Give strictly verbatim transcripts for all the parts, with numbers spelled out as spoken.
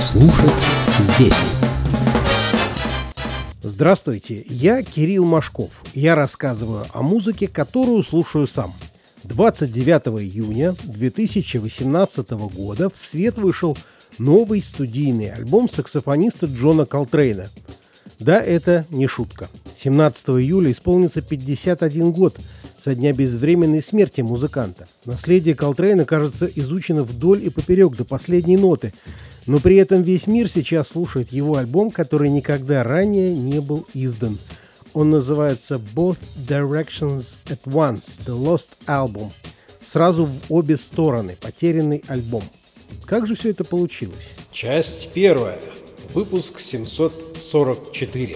Слушать здесь. Здравствуйте, я Кирилл Машков. Я рассказываю о музыке, которую слушаю сам. двадцать девятого июня две тысячи восемнадцатого года в свет вышел новый студийный альбом саксофониста Джона Колтрейна. Да, это не шутка. семнадцатого июля исполнится пятьдесят один год со дня безвременной смерти музыканта. Наследие Колтрейна, кажется, изучено вдоль и поперек до последней ноты, но при этом весь мир сейчас слушает его альбом, который никогда ранее не был издан. Он называется «Both Directions at Once – The Lost Album». Сразу в обе стороны, потерянный альбом. Как же все это получилось? Часть первая. Выпуск семьсот сорок четыре.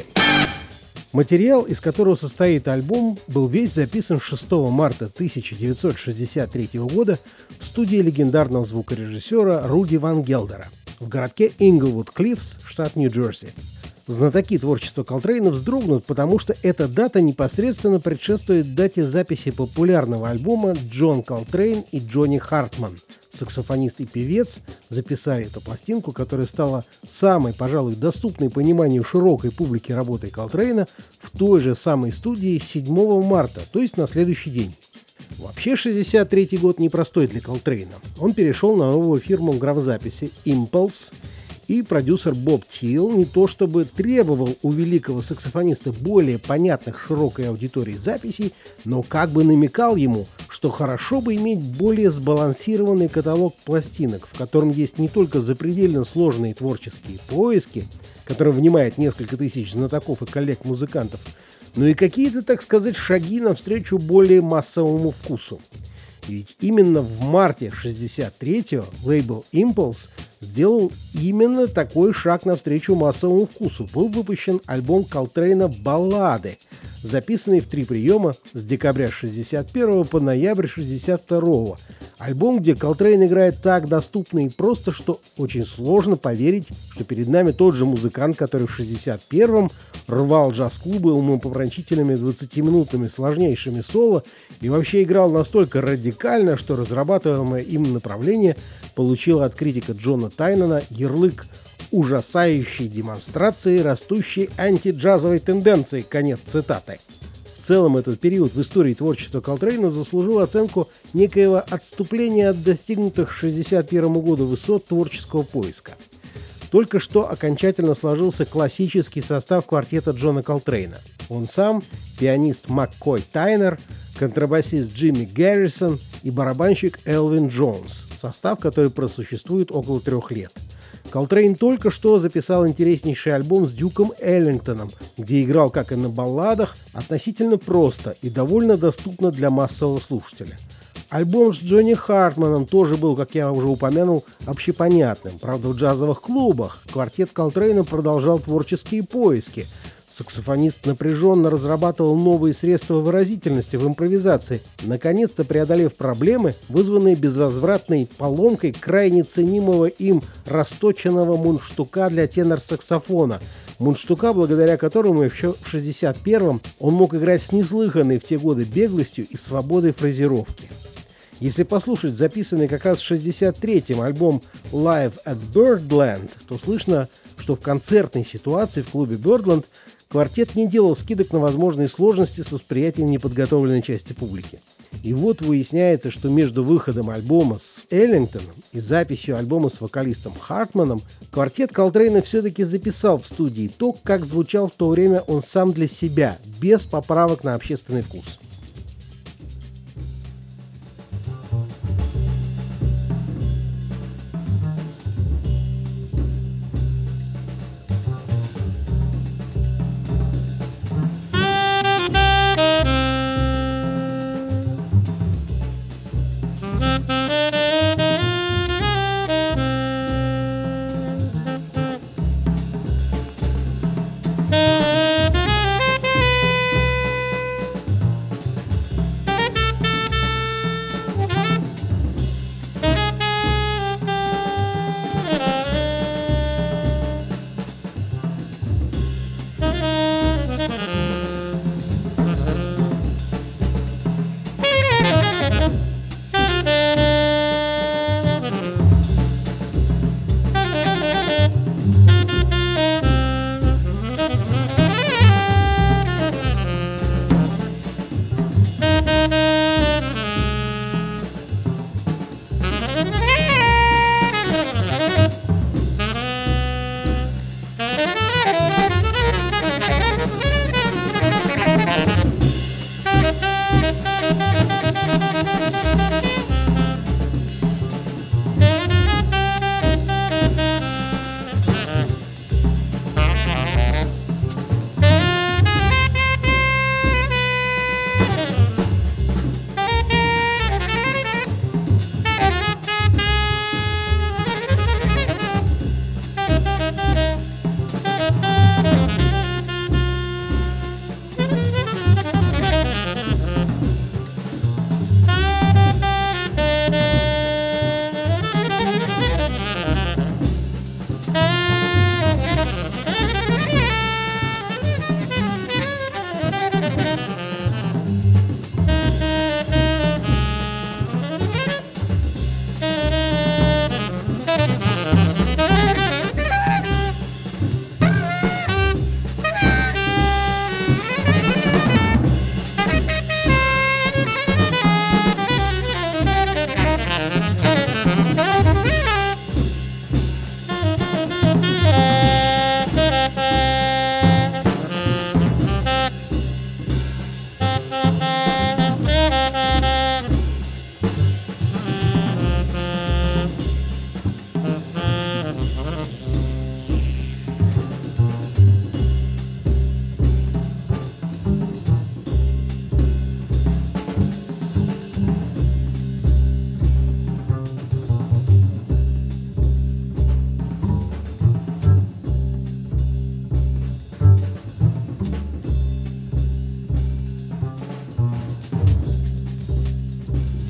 Материал, из которого состоит альбом, был весь записан шестого марта тысяча девятьсот шестьдесят третьего года в студии легендарного звукорежиссера Руди Ван Гелдера в городке Инглвуд-Клиффс, штат Нью-Джерси. Знатоки творчества Колтрейна вздрогнут, потому что эта дата непосредственно предшествует дате записи популярного альбома «Джон Колтрейн и Джонни Хартман». Саксофонист и певец записали эту пластинку, которая стала самой, пожалуй, доступной пониманию широкой публики работой Колтрейна в той же самой студии седьмого марта, то есть на следующий день. Вообще шестьдесят третий год непростой для Колтрейна. Он перешел на новую фирму графзаписи Impulse, и продюсер Боб Тилл не то чтобы требовал у великого саксофониста более понятных широкой аудитории записей, но как бы намекал ему, что хорошо бы иметь более сбалансированный каталог пластинок, в котором есть не только запредельно сложные творческие поиски, которым внимает несколько тысяч знатоков и коллег-музыкантов, но и какие-то, так сказать, шаги навстречу более массовому вкусу. Ведь именно в марте шестьдесят третьего лейбл Impulse сделал именно такой шаг навстречу массовому вкусу. Был выпущен альбом Колтрейна «Баллады», записанный в три приема с декабря шестьдесят первого по ноябрь шестьдесят второго. Альбом, где Колтрейн играет так доступно и просто, что очень сложно поверить, что перед нами тот же музыкант, который в шестьдесят первом рвал джаз-клубы умопомрачительными двадцатиминутными сложнейшими соло и вообще играл настолько радикально, что разрабатываемое им направление получило от критика Джона Тайнана ярлык ужасающей демонстрации растущей антиджазовой тенденции. Конец цитаты. В целом, этот период в истории творчества Колтрейна заслужил оценку некоего отступления от достигнутых к шестьдесят первому году высот творческого поиска. Только что окончательно сложился классический состав квартета Джона Колтрейна. Он сам, пианист Маккой Тайнер, контрабасист Джимми Гаррисон и барабанщик Элвин Джонс. Состав, который просуществует около трех лет. Колтрейн только что записал интереснейший альбом с Дюком Эллингтоном, где играл, как и на балладах, относительно просто и довольно доступно для массового слушателя. Альбом с Джонни Хартманом тоже был, как я уже упомянул, общепонятным. Правда, в джазовых клубах квартет Колтрейна продолжал творческие поиски. Саксофонист напряженно разрабатывал новые средства выразительности в импровизации, наконец-то преодолев проблемы, вызванные безвозвратной поломкой крайне ценимого им расточенного мундштука для тенор-саксофона. Мундштука, благодаря которому еще в шестьдесят первом он мог играть с неслыханной в те годы беглостью и свободой фразировки. Если послушать записанный как раз в шестьдесят третьем альбом Live at Birdland, то слышно, что в концертной ситуации в клубе Birdland квартет не делал скидок на возможные сложности с восприятием неподготовленной части публики. И вот выясняется, что между выходом альбома с Эллингтоном и записью альбома с вокалистом Хартманом квартет Колтрейна все-таки записал в студии то, как звучал в то время он сам для себя, без поправок на общественный вкус.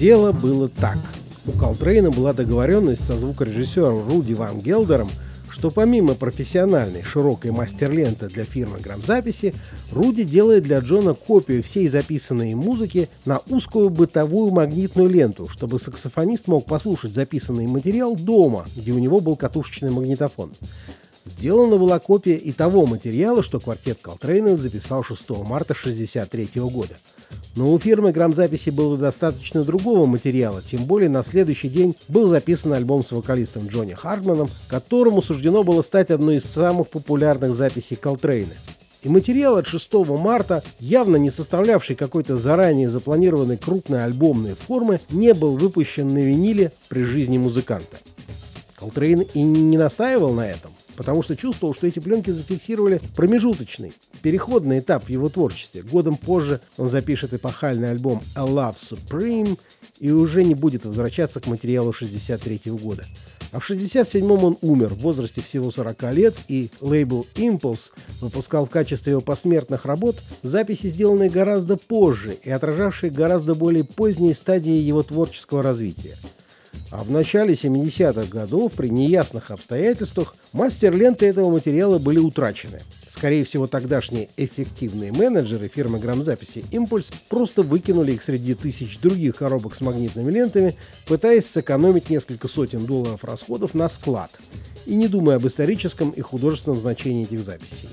Дело было так. У Колтрейна была договоренность со звукорежиссером Руди Ван Гелдером, что помимо профессиональной широкой мастер-ленты для фирмы грамзаписи, Руди делает для Джона копию всей записанной им музыки на узкую бытовую магнитную ленту, чтобы саксофонист мог послушать записанный материал дома, где у него был катушечный магнитофон. Сделана была копия и того материала, что квартет Колтрейна записал шестого марта тысяча девятьсот шестьдесят третьего года. Но у фирмы грамзаписи было достаточно другого материала, тем более на следующий день был записан альбом с вокалистом Джонни Хартманом, которому суждено было стать одной из самых популярных записей Колтрейна. И материал от шестого марта, явно не составлявший какой-то заранее запланированной крупной альбомной формы, не был выпущен на виниле при жизни музыканта. Колтрейн и не настаивал на этом, потому что чувствовал, что эти пленки зафиксировали промежуточный, переходный этап в его творчестве. Годом позже он запишет эпохальный альбом «A Love Supreme» и уже не будет возвращаться к материалу шестьдесят третьего года. А в шестьдесят седьмом он умер в возрасте всего сорока лет, и лейбл Impulse выпускал в качестве его посмертных работ записи, сделанные гораздо позже и отражавшие гораздо более поздние стадии его творческого развития. А в начале семидесятых годов при неясных обстоятельствах мастер-ленты этого материала были утрачены. Скорее всего, тогдашние эффективные менеджеры фирмы грамзаписи «Импульс» просто выкинули их среди тысяч других коробок с магнитными лентами, пытаясь сэкономить несколько сотен долларов расходов на склад и не думая об историческом и художественном значении этих записей.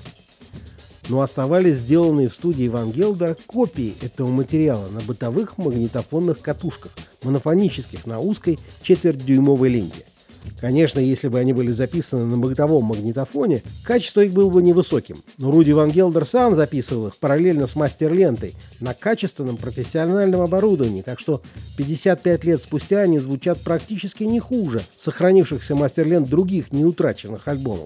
Но оставались сделанные в студии Ван Гелдера копии этого материала на бытовых магнитофонных катушках, монофонических на узкой четвертьдюймовой ленте. Конечно, если бы они были записаны на бытовом магнитофоне, качество их было бы невысоким, но Руди Ван Гелдер сам записывал их параллельно с мастер-лентой на качественном профессиональном оборудовании, так что пятьдесят пять лет спустя они звучат практически не хуже сохранившихся мастер-лент других неутраченных альбомов.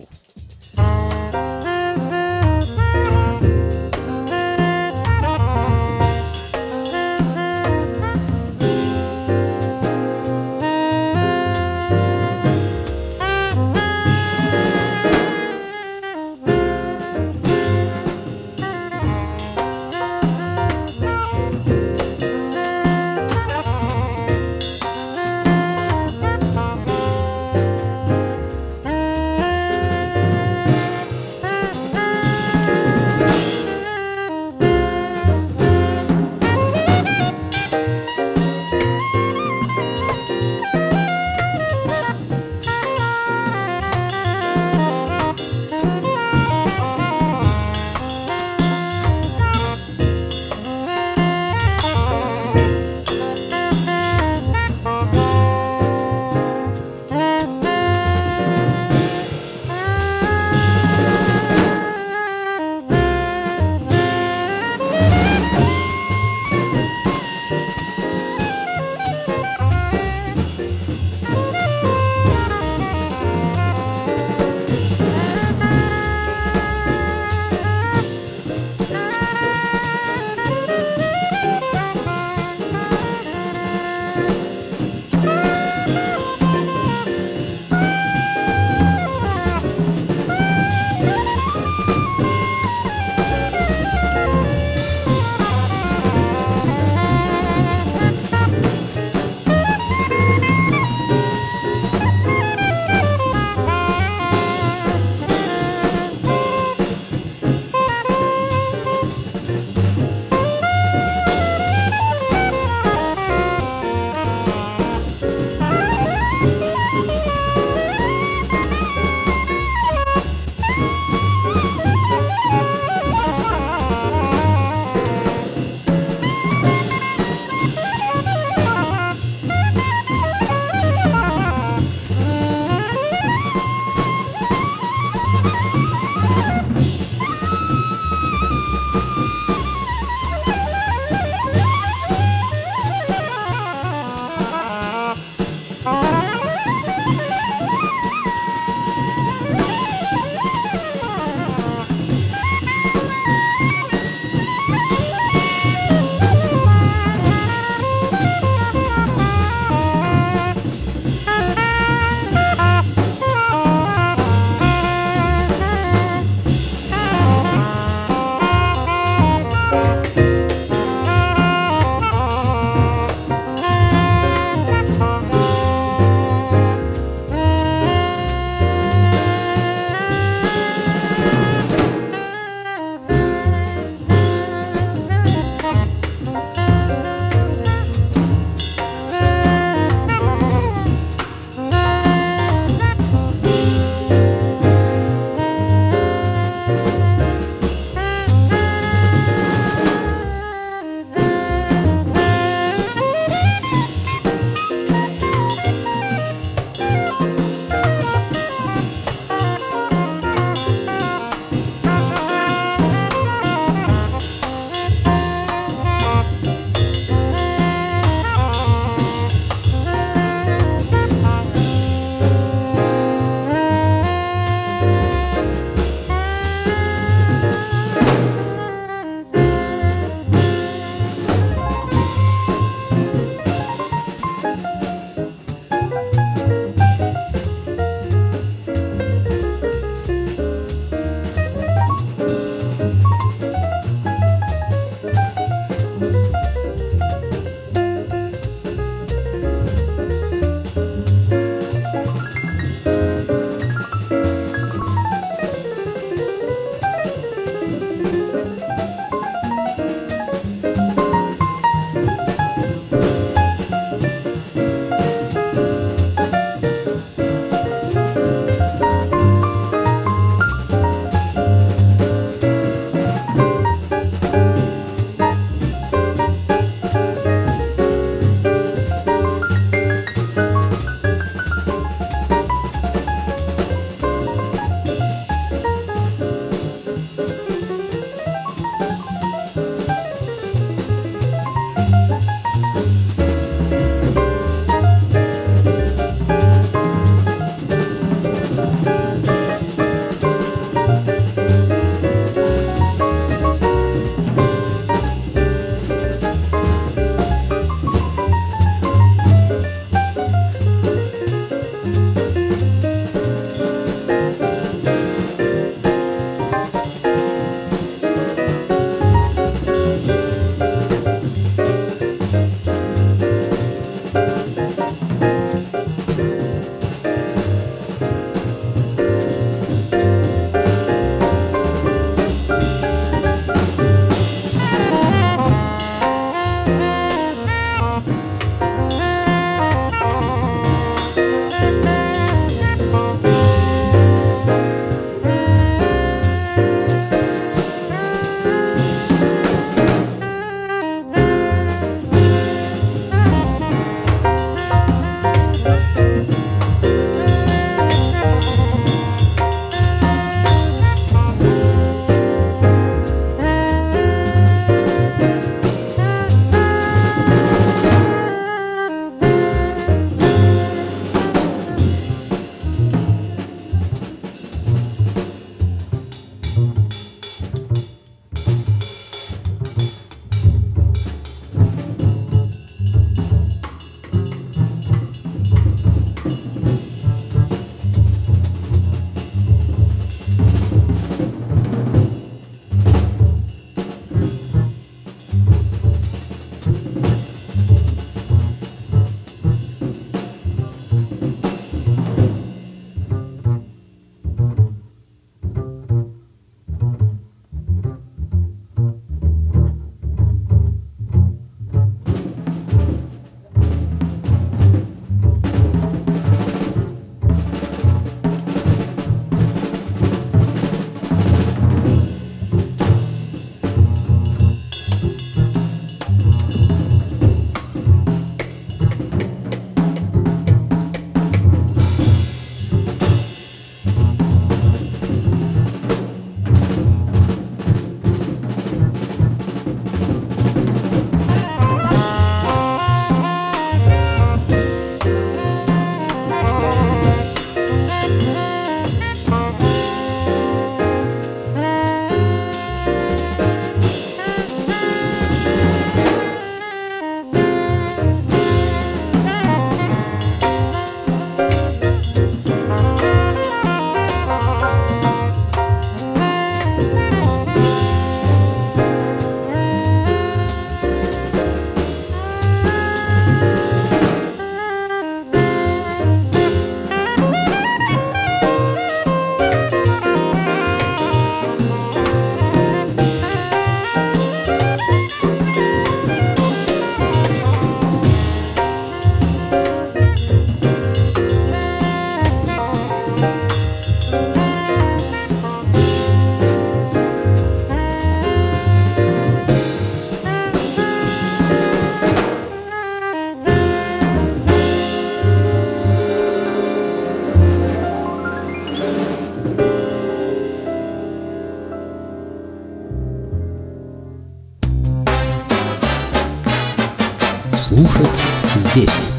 здесь.